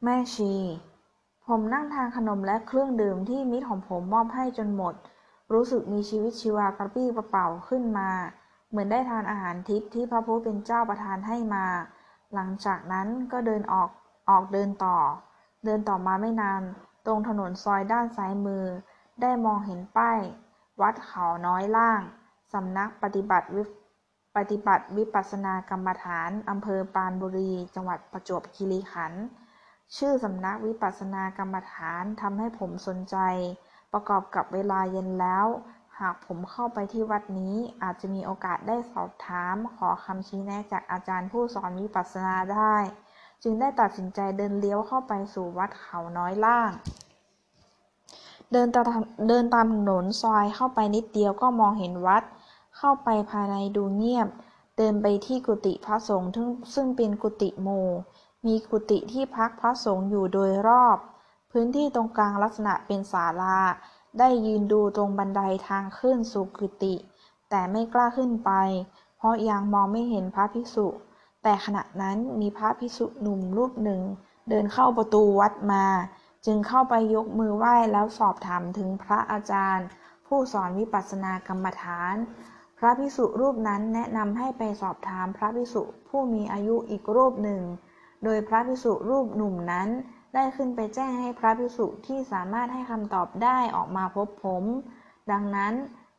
แม่ชี ผมนั่งทานขนมและเครื่องดื่มที่มิตรของผมมอบให้จนหมด รู้สึกมีชีวิตชีวากระปรี้กระเปร่าขึ้นมา เหมือนได้ทานอาหารทิพย์ที่พระผู้เป็นเจ้าประทานให้มา หลังจากนั้นก็เดินออกเดินต่อมาไม่นาน ตรงถนนซอยด้านซ้ายมือ ได้มองเห็นป้ายวัดเขาน้อยล่าง สำนักปฏิบัติวิปัสสนากรรมฐานอำเภอปรานบุรี จังหวัดประจวบคีรีขันธ์ ชื่อสำนักวิปัสสนากรรมฐานทำให้ผมสนใจ ประกอบกับเวลาเย็นแล้ว หากผมเข้าไปที่วัดนี้อาจจะมีโอกาสได้สอบถามขอคำชี้แนะจากอาจารย์ผู้สอนวิปัสสนาได้ จึงได้ตัดสินใจเดินเลี้ยวเข้าไปสู่วัดเขาน้อยล่าง เดินตามถนนซอยเข้าไปนิดเดียวก็มองเห็นวัด เข้าไปภายในดูเงียบ เดินไปที่กุฏิพระสงฆ์ซึ่งเป็นกุฏิหมู่ มีกุฏิที่พักพระสงฆ์อยู่โดยรอบ พื้นที่ตรงกลางลักษณะเป็นศาลา ได้ยืนดูตรงบันไดทางขึ้นสู่กุฏิแต่ไม่กล้าขึ้นไป เพราะยังมองไม่เห็นพระภิกษุ แต่ขณะนั้นมีพระภิกษุหนุ่มรูปหนึ่งเดินเข้าประตูวัดมา จึงเข้าไปยกมือไหว้แล้วสอบถามถึงพระอาจารย์ผู้สอนวิปัสสนากรรมฐาน พระภิกษุรูปนั้นแนะนำให้ไปสอบถามพระภิกษุผู้มีอายุอีกรูปหนึ่ง โดยพระภิกษุรูปหนุ่มนั้นได้ขึ้นไปแจ้งให้พระภิกษุที่สามารถให้คำตอบได้ออกมาพบผม ดังนั้น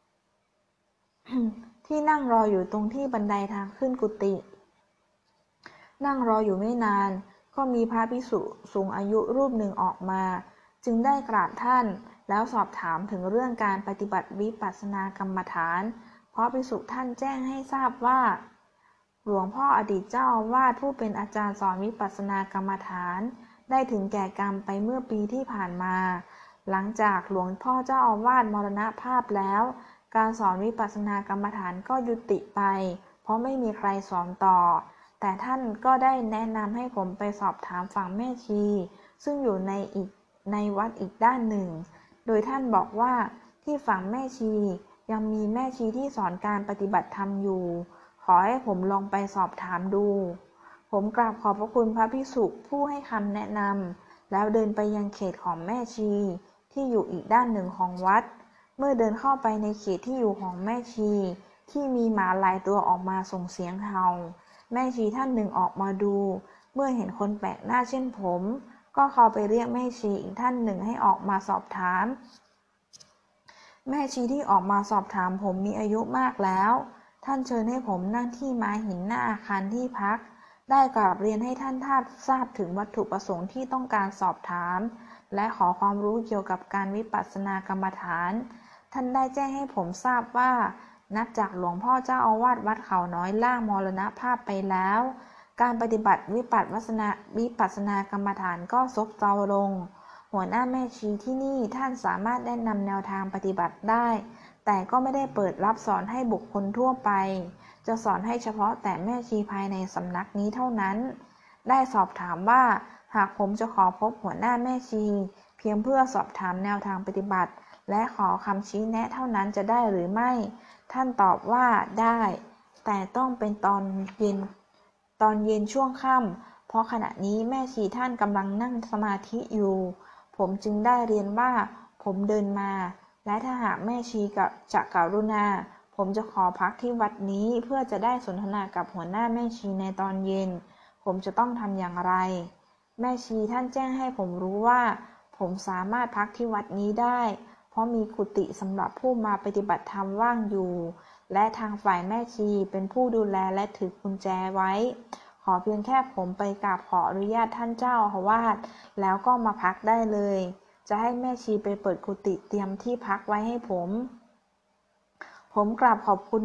ที่นั่งรออยู่ตรงที่บันไดทางขึ้นกุฏินั่งรออยู่ไม่นานก็มีพระภิกษุสูงอายุรูปหนึ่งออกมา จึงได้กราบท่านแล้วสอบถามถึงเรื่องการปฏิบัติวิปัสสนากรรมฐาน เพราะภิกษุท่านแจ้งให้ทราบว่า หลวงพ่ออดีตเจ้าอาวาสผู้เป็นอาจารย์สอนวิปัสสนากรรมฐานได้ถึงแก่กรรมไปเมื่อปีที่ผ่านมา หลังจากหลวงพ่อเจ้าอาวาสมรณภาพแล้ว การสอนวิปัสสนากรรมฐานก็ยุติไป เพราะไม่มีใครสอนต่อ แต่ท่านก็ได้แนะนำให้ผมไปสอบถามฝั่งแม่ชี ซึ่งอยู่ในวัดอีกด้านหนึ่ง โดยท่านบอกว่าที่ฝั่งแม่ชียังมีแม่ชีที่สอนการปฏิบัติธรรมอยู่ ขอให้ผมลองไปสอบถามดู ผมกราบขอบพระคุณพระภิกษุผู้ให้คำแนะนำแล้วเดินไปยังเขตของแม่ชีที่อยู่อีกด้านหนึ่งของวัด เมื่อเดินเข้าไปในเขตที่อยู่ของแม่ชีที่มีหมาหลายตัวออกมาส่งเสียงเห่า แม่ชีท่านหนึ่งออกมาดู เมื่อเห็นคนแปลกหน้าเช่นผมก็เข้าไปเรียกแม่ชีอีกท่านหนึ่งให้ออกมาสอบถาม แม่ชีที่ออกมาสอบถามผมมีอายุมากแล้วท่านเชิญให้ผมนั่งที่ม้าหินหน้าอาคารที่พัก ได้กราบเรียนให้ท่านทราบถึงวัตถุประสงค์ที่ต้องการสอบถามและขอความรู้เกี่ยวกับการวิปัสสนากรรมฐาน ท่านได้แจ้งให้ผมทราบว่านับจากหลวงพ่อเจ้าอาวาสวัดเขาน้อยล่างมรณภาพไปแล้วการปฏิบัติวิปัสสนากรรมฐานก็ซบเซาลง หัวหน้าแม่ชีที่นี่ท่านสามารถแนะนำแนวทางปฏิบัติได้แต่ก็ไม่ได้เปิดรับสอนให้บุคคลทั่วไปจะสอนให้เฉพาะแต่แม่ชีภายในสำนักนี้เท่านั้นได้สอบถามว่าหากผมจะขอพบหัวหน้าแม่ชีเพียงเพื่อสอบถามแนวทางปฏิบัติและขอคำชี้แนะเท่านั้นจะได้หรือไม่ท่านตอบว่าได้แต่ต้องเป็นตอนเย็นช่วงค่ำเพราะขณะนี้แม่ชีท่านกำลังนั่งสมาธิอยู่ผมจึงได้เรียนว่าผมเดินมาและถ้าหากแม่ชีจะกรุณาผมจะขอพักที่วัดนี้เพื่อจะได้สนทนากับหัวหน้าแม่ชีในตอนเย็นผมจะต้องทำอย่างไรแม่ชีท่านแจ้งให้ผมรู้ว่าผมสามารถพักที่วัดนี้ได้เพราะมีกุฏิสำหรับผู้มาปฏิบัติธรรมว่างอยู่และทางฝ่ายแม่ชีเป็นผู้ดูแลและถือกุญแจไว้ขอเพียงแค่ผมไปกราบขออนุญาตท่านเจ้าอาวาสแล้วก็มาพักได้เลยจะให้แม่ชีไปเปิดกุฏิเตรียมที่พักไว้ให้ผมกราบขอบพ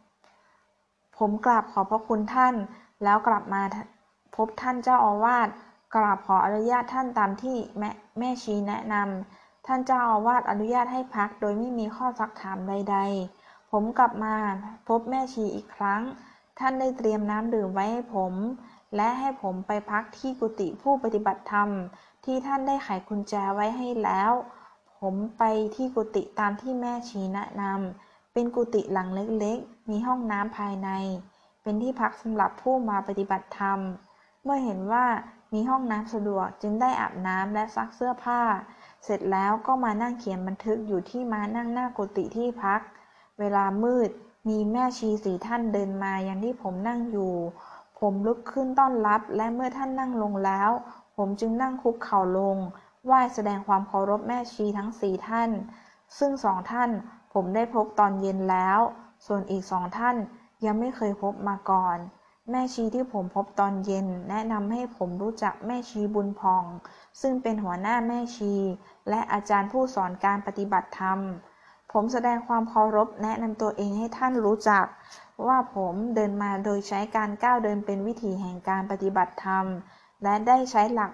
ระคุณท่านแล้วกลับมาพบท่านเจ้าอาวาสกราบขออนุญาตท่านตามที่แม่ชีแนะนำท่านเจ้าอาวาสอนุญาตให้พักโดยไม่มีข้อซักถามใดๆผมกลับมาพบแม่ชีอีกครั้งท่านได้เตรียมน้ำดื่มไว้ให้ผมและให้ผมไปพักที่กุฏิผู้ปฏิบัติธรรมที่ท่านได้ไขกุญแจไว้ให้แล้วผมไปที่กุฏิตามที่แม่ชีแนะนำเป็นกุฏิหลังเล็กๆมีห้องน้ำภายในเป็นที่พักสำหรับผู้มาปฏิบัติธรรมเมื่อเห็นว่ามีห้องน้ำสะดวกจึงได้อาบน้ำและซักเสื้อผ้าเสร็จแล้วก็มานั่งเขียนบันทึกอยู่ที่ม้านั่งหน้ากุฏิที่พักเวลามืดมีแม่ชี4 ท่านเดินมายังที่ผมนั่งอยู่ผมลุกขึ้นต้อนรับและเมื่อท่านนั่งลงแล้วผมจึงนั่งคุกเข่าลงไหว้แสดงความเคารพแม่ชีทั้ง4 ท่านซึ่ง2 ท่านผมได้พบตอนเย็นแล้วส่วนอีก2 ท่านยังไม่เคยพบมาก่อนแม่ชีที่ผมพบตอนเย็นแนะนำให้ผมรู้จักแม่ชีบุญพองซึ่งเป็นหัวหน้าแม่ชีและอาจารย์ผู้สอนการปฏิบัติธรรมผมแสดงความเคารพแนะนำตัวเองให้ท่านรู้จักว่าผมเดินมาโดยใช้การก้าวเดินเป็นวิถีแห่งการปฏิบัติธรรมและได้ใช้หลัก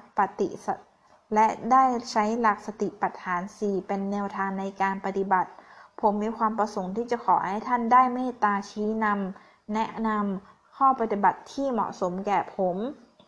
สติปัฏฐาน 4เป็นแนวทางในการปฏิบัติผมมีความประสงค์ที่จะขอให้ท่านได้เมตตาชี้นำแนะนำข้อปฏิบัติที่เหมาะสมแก่ผม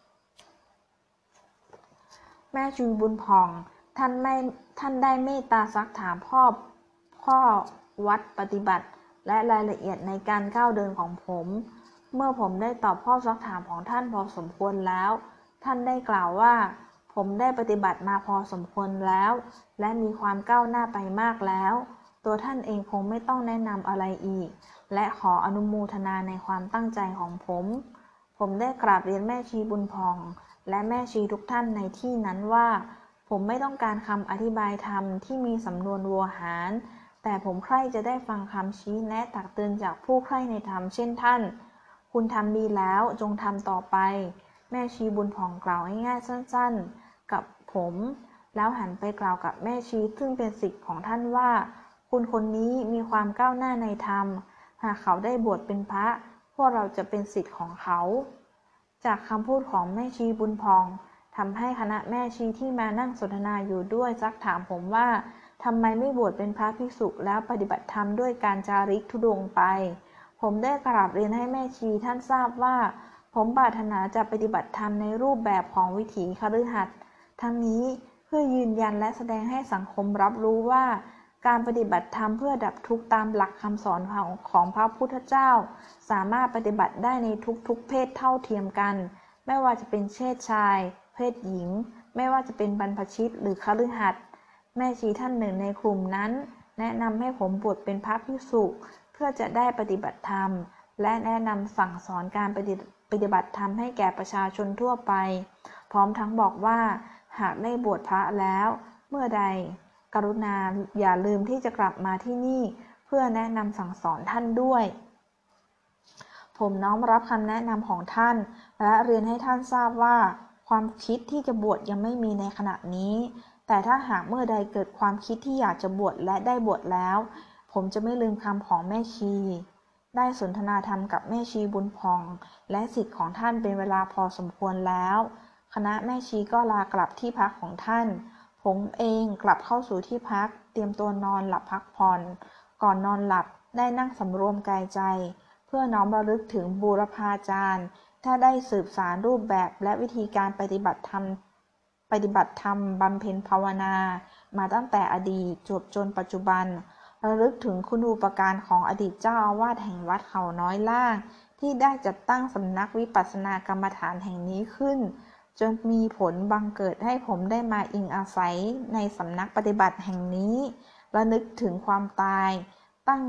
แม่ชีบุญผ่องท่านได้เมตตาซักถามข้อวัดปฏิบัติและรายละเอียดในการก้าวเดินของผมเมื่อผมได้ตอบข้อซักถามของท่านพอสมควรแล้วท่านได้กล่าวว่าผมได้ปฏิบัติมาพอสมควรแล้วและมีความก้าวหน้าไปมากแล้วตัวท่านเองคงไม่ต้องแนะนำอะไรอีกและขออนุโมทนาในความตั้งใจของผมได้กราบเรียนแม่ชีบุญพองและแม่ชีทุกท่านในที่นั้นว่าผมไม่ต้องการคำอธิบายธรรมที่มีสำนวนโวหารแต่ผมใคร่จะได้ฟังคำชี้แนะตักเตือนจากผู้ใคร่ในธรรมเช่นท่านคุณทำดีแล้วจงทำต่อไปแม่ชีบุญผ่องกล่าวง่ายๆสั้นๆกับผมแล้วหันไปกล่าวกับแม่ชีซึ่งเป็นศิษย์ของท่านว่าคุณคนนี้มีความก้าวหน้าในธรรมหากเขาได้บวชเป็นพระพวกเราจะเป็นศิษย์ของเขาจากคำพูดของแม่ชีบุญผ่องทำให้คณะแม่ชีที่มานั่งสนทนาอยู่ด้วยซักถามผมว่าทำไมไม่บวชเป็นพระภิกษุแล้วปฏิบัติธรรมด้วยการจาริกธุดงค์ไปผมได้กราบเรียนให้แม่ชีท่านทราบว่าผมปรารถนาจะปฏิบัติธรรมในรูปแบบของวิถีคฤหัสถ์ทั้งนี้เพื่อยืนยันและแสดงให้สังคมรับรู้ว่าการปฏิบัติธรรมเพื่อดับทุกข์ตามหลักคำสอนของพระพุทธเจ้าสามารถปฏิบัติได้ในทุกเพศเท่าเทียมกันไม่ว่าจะเป็นเพศชายเพศหญิงไม่ว่าจะเป็นบรรพชิตหรือคฤหัสถ์แม่ชีท่านหนึ่งในกลุ่มนั้นแนะนำให้ผมบวชเป็นพระภิกษุเพื่อจะได้ปฏิบัติธรรมและแนะนำสั่งสอนการปฏิบัติธรรมให้แก่ประชาชนทั่วไปพร้อมทั้งบอกว่าหากได้บวชพระแล้วเมื่อใดกรุณาอย่าลืมที่จะกลับมาที่นี่เพื่อแนะนำสั่งสอนท่านด้วยผมน้อมรับคำแนะนำของท่านและเรียนให้ท่านทราบว่าความคิดที่จะบวชยังไม่มีในขณะนี้แต่ถ้าหากเมื่อใดเกิดความคิดที่อยากจะบวชและได้บวชแล้วผมจะไม่ลืมคำของแม่ชีได้สนทนาธรรมกับแม่ชีบุญพองและศิษย์ของท่านเป็นเวลาพอสมควรแล้วคณะแม่ชีก็ลากลับที่พักของท่านผมเองกลับเข้าสู่ที่พักเตรียมตัวนอนหลับพักผ่อนก่อนนอนหลับได้นั่งสำรวมกายใจเพื่อน้อมระลึกถึงบูรพาจารย์ถ้าได้สืบสานรูปแบบและวิธีการปฏิบัติธรรมบำเพ็ญภาวนามาตั้งแต่อดีตจนปัจจุบันระลึกถึงคุณูปการของอดีตเจ้าอาวาสแห่งวัดเขาน้อยล่างที่ได้จัดตั้งสำนักวิปัสสนากรรมฐานแห่งนี้ขึ้นจนมีผลบังเกิดให้ผมได้มาอิงอาศัยในสำนักปฏิบัติแห่งนี้ระลึกถึงความตั้ง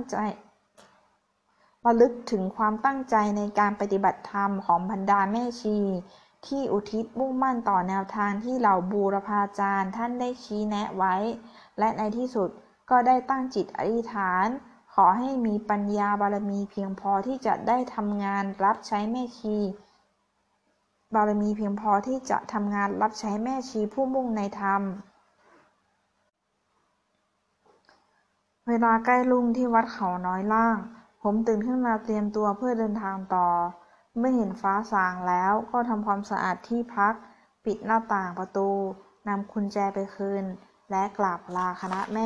ใจในการปฏิบัติธรรมของบรรดาแม่ชีที่อุทิศมุ่งมั่นต่อแนวทางที่เหล่าบูรพาจารย์ท่านได้ชี้แนะไว้และในที่สุดก็ได้ตั้งจิตอธิษฐานขอให้มีปัญญาบารมีเพียงพอที่จะได้ทำงานรับใช้แม่ชีผู้มุ่งในธรรมเวลาใกล้รุ่งที่วัดเขาน้อยล่างผมตื่นขึ้นมาเตรียมตัวเพื่อเดินทางต่อเมื่อเห็นฟ้าสางแล้วก็ทำความสะอาดที่พักปิดหน้าต่างประตูนำกุญแจไปคืนและกราบลาคณะแม่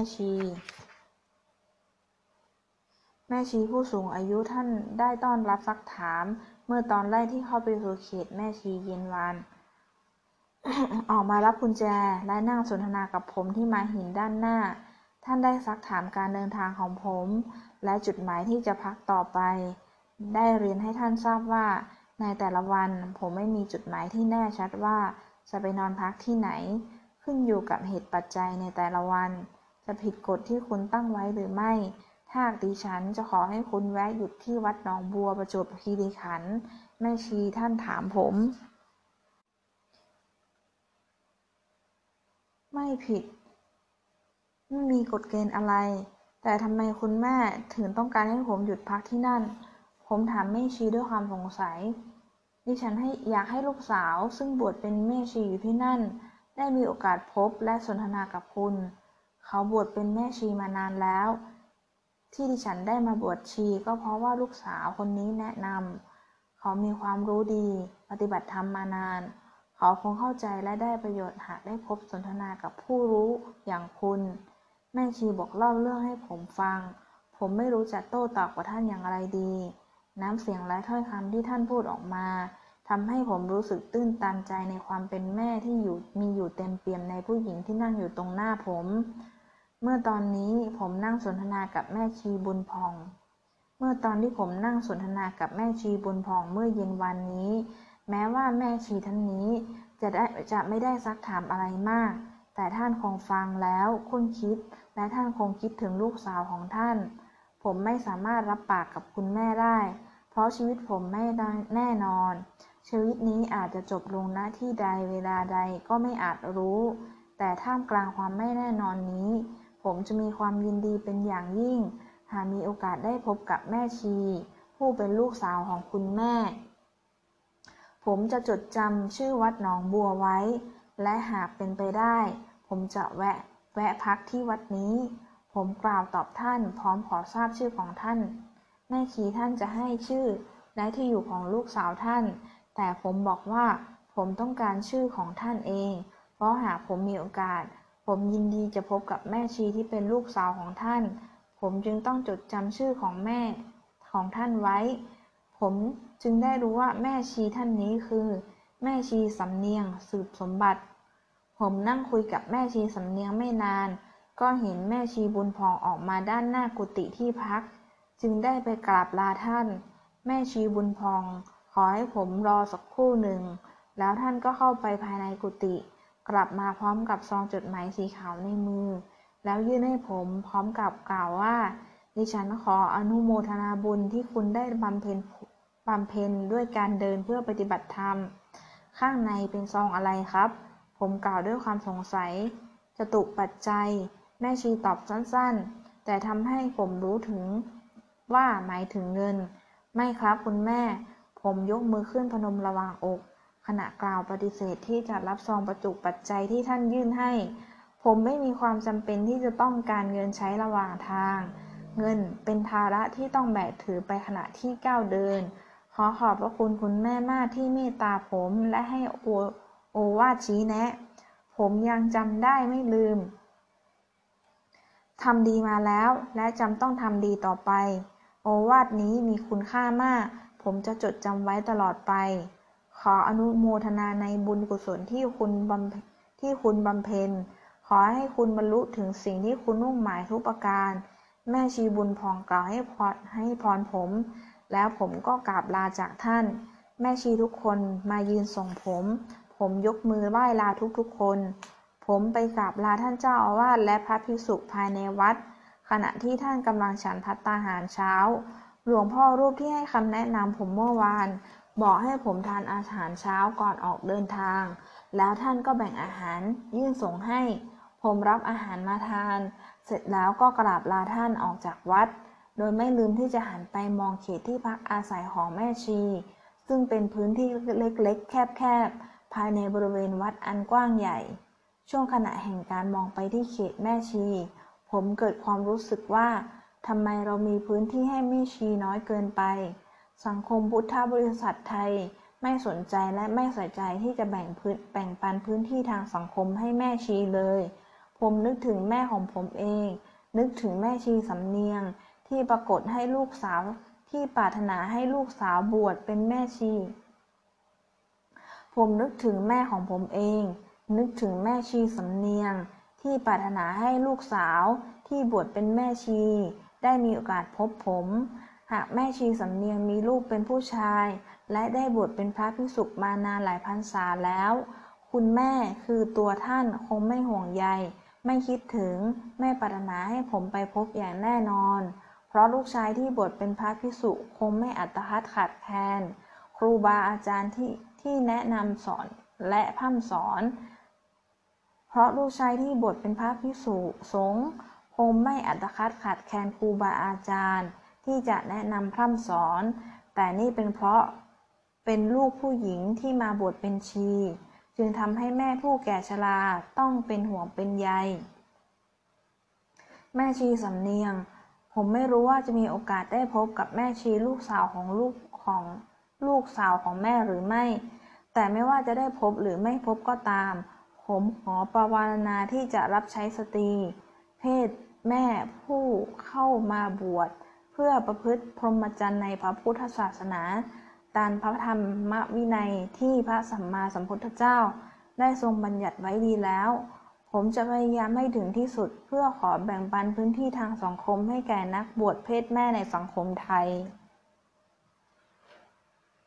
ชีผู้สูงอายุท่านได้ต้อนรับซักถามเมื่อตอนแรกที่เข้าไปสู่เขตแม่ชีเย็นวัน ออกมารับกุญแจและนั่งสนทนากับผมที่ม้าหินด้านหน้าท่านได้ซักถามการเดินทางของผมและจุดหมายที่จะพักต่อไปได้เรียนให้ท่านทราบว่าในแต่ละวันผมไม่มีจุดหมายที่แน่ชัดว่าจะไปนอนพักที่ไหนขึ้นอยู่กับเหตุปัจจัยในแต่ละวันจะผิดกฎที่คุณตั้งไว้หรือไม่ถ้าดิฉันจะขอให้คุณแวะหยุดที่วัดหนองบัวประจวบคีรีขันธ์แม่ชีท่านถามผมไม่ผิดไม่มีกฎเกณฑ์อะไรแต่ทำไมคุณแม่ถึงต้องการให้ผมหยุดพักที่นั่นผมถามแม่ชีด้วยความสงสัยดิฉันอยากให้ลูกสาวซึ่งบวชเป็นแม่ชีอยู่ที่นั่นได้มีโอกาสพบและสนทนากับคุณเขาบวชเป็นแม่ชีมานานแล้วที่ดิฉันได้มาบวชชีก็เพราะว่าลูกสาวคนนี้แนะนำเขามีความรู้ดีปฏิบัติธรรมมานานเขาคงเข้าใจและได้ประโยชน์หากได้พบสนทนากับผู้รู้อย่างคุณแม่ชีบอกเล่าเรื่องให้ผมฟังผมไม่รู้จะโต้ตอบกับท่านอย่างไรดีน้ำเสียงและถ้อยคำที่ท่านพูดออกมาทำให้ผมรู้สึกตื้นตันใจในความเป็นแม่ที่มีอยู่เต็มเปี่ยมในผู้หญิงที่นั่งอยู่ตรงหน้าผมเมื่อตอนนี้ผมนั่งสนทนากับแม่ชีบุญผ่องเมื่อตอนที่ผมนั่งสนทนากับแม่ชีบุญผ่องเมื่อเย็นวันนี้แม้ว่าแม่ชีท่านนี้จะไม่ได้ซักถามอะไรมากแต่ท่านคงฟังแล้วคุ้นคิดและท่านคงคิดถึงลูกสาวของท่านผมไม่สามารถรับปากกับคุณแม่ได้เพราะชีวิตผมไม่แน่นอนชีวิตนี้อาจจะจบลงณที่ใดเวลาใดก็ไม่อาจรู้แต่ท่ามกลางความไม่แน่นอนนี้ผมจะมีความยินดีเป็นอย่างยิ่งหากมีโอกาสได้พบกับแม่ชีผู้เป็นลูกสาวของคุณแม่ผมจะจดจำชื่อวัดหนองบัวไว้และหากเป็นไปได้ผมจะแวะพักที่วัดนี้ผมกล่าวตอบท่านพร้อมขอทราบชื่อของท่านแม่ชีท่านจะให้ชื่อและที่อยู่ของลูกสาวท่านแต่ผมบอกว่าผมต้องการชื่อของท่านเองเพราะหากผมมีโอกาสผมยินดีจะพบกับแม่ชีที่เป็นลูกสาวของท่านผมจึงต้องจดจำชื่อของแม่ของท่านไว้ผมจึงได้รู้ว่าแม่ชีท่านนี้คือแม่ชีสำเนียงสืบสมบัติผมนั่งคุยกับแม่ชีสำเนียงไม่นานก็เห็นแม่ชีบุญผ่องออกมาด้านหน้ากุฏิที่พักจึงได้ไปกราบลาท่านแม่ชีบุญผ่องขอให้ผมรอสักครู่หนึ่งแล้วท่านก็เข้าไปภายในกุฏิกลับมาพร้อมกับซองจดหมายสีขาวในมือแล้วยื่นให้ผมพร้อมกับกล่าวว่าดิฉันขออนุโมทนาบุญที่คุณได้บำเพ็ญด้วยการเดินเพื่อปฏิบัติธรรมข้างในเป็นซองอะไรครับผมกล่าวด้วยความสงสัยจตุปัจจัยแม่ชีตอบสั้นๆแต่ทำให้ผมรู้ถึงว่าหมายถึงเงินไม่ครับคุณแม่ผมยกมือขึ้นพนมระหว่างอกขณะกล่าวปฏิเสธที่จะรับซองประจุปัจจัยที่ท่านยื่นให้ผมไม่มีความจำเป็นที่จะต้องการเงินใช้ระหว่างทางเงินเป็นภาระที่ต้องแบกถือไปขณะที่ก้าวเดินขอขอบพระคุณคุณแม่มากที่เมตตาผมและให้โอวาทชี้แนะผมยังจำได้ไม่ลืมทำดีมาแล้วและจำต้องทำดีต่อไปโอวาทนี้มีคุณค่ามากผมจะจดจำไว้ตลอดไปขออนุโมทนาในบุญกุศลที่คุณบำเพ็ญขอให้คุณบรรลุถึงสิ่งที่คุณมุ่งหมายทุกประการแม่ชีบุญผ่องกล่าวให้พรผมแล้วผมก็กราบลาจากท่านแม่ชีทุกคนมายืนส่งผมยกมือไหว้ลาทุกคนผมไปกราบลาท่านเจ้าอาวาสและพระภิกษุภายในวัดขณะที่ท่านกำลังฉันภัตตาหารเช้าหลวงพ่อรูปที่ให้คำแนะนำผมเมื่อวานบอกให้ผมทานอาหารเช้าก่อนออกเดินทางแล้วท่านก็แบ่งอาหารยื่นส่งให้ผมรับอาหารมาทานเสร็จแล้วก็กราบลาท่านออกจากวัดโดยไม่ลืมที่จะหันไปมองเขตที่พักอาศัยของแม่ชีซึ่งเป็นพื้นที่เล็กๆแคบๆภายในบริเวณวัดอันกว้างใหญ่ช่วงขณะแห่งการมองไปที่เขตแม่ชีผมเกิดความรู้สึกว่าทำไมเรามีพื้นที่ให้แม่ชีน้อยเกินไปสังคมพุทธบริษัทไทยไม่สนใจและไม่ใส่ใจที่จะแบ่งปันพื้นที่ทางสังคมให้แม่ชีเลยผมนึกถึงแม่ของผมเองนึกถึงแม่ชีสำเนียงที่ปรากฏให้ลูกสาวที่ปรารถนาให้ลูกสาวบวชเป็นแม่ชีผมนึกถึงแม่ของผมเองนึกถึงแม่ชีสำเนียงที่ปรารถนาให้ลูกสาวที่บวชเป็นแม่ชีได้มีโอกาสพบผมหากแม่ชีสำเนียงมีลูกเป็นผู้ชายและได้บวชเป็นพระภิกษุมานานหลายพรรษาแล้วคุณแม่คือตัวท่านคงไม่ห่วงใยไม่คิดถึงไม่ปรารถนาให้ผมไปพบอย่างแน่นอนเพราะลูกชายที่บวชเป็นพระภิกษุคงไม่อัตคัดขาดแคลนครูบาอาจารย์ที่แนะนำสอนและพร่ำสอนเพราะลูกชายที่บวชเป็นพระภิกษุสงฆ์คงไม่อัตคัดขาดแคลนครูบาอาจารย์ที่จะแนะนำพร่ำสอนแต่นี่เป็นเพราะเป็นลูกผู้หญิงที่มาบวชเป็นชีจึงทำให้แม่ผู้แก่ชราต้องเป็นห่วงเป็นใยแม่ชีสำเนียงผมไม่รู้ว่าจะมีโอกาสได้พบกับแม่ชีลูกสาวของลูกสาวของแม่หรือไม่แต่ไม่ว่าจะได้พบหรือไม่พบก็ตามผมขอปรารถนาที่จะรับใช้สตรีเพศแม่ผู้เข้ามาบวชเพื่อประพฤติพรหมจรรย์ในพระพุทธศาสนาตามพระธรรมวินัยที่พระสัมมาสัมพุทธเจ้าได้ทรงบัญญัติไว้ดีแล้วผมจะพยายามให้ถึงที่สุดเพื่อขอแบ่งปันพื้นที่ทางสังคมให้แก่นักบวชเพศแม่ในสังคมไทย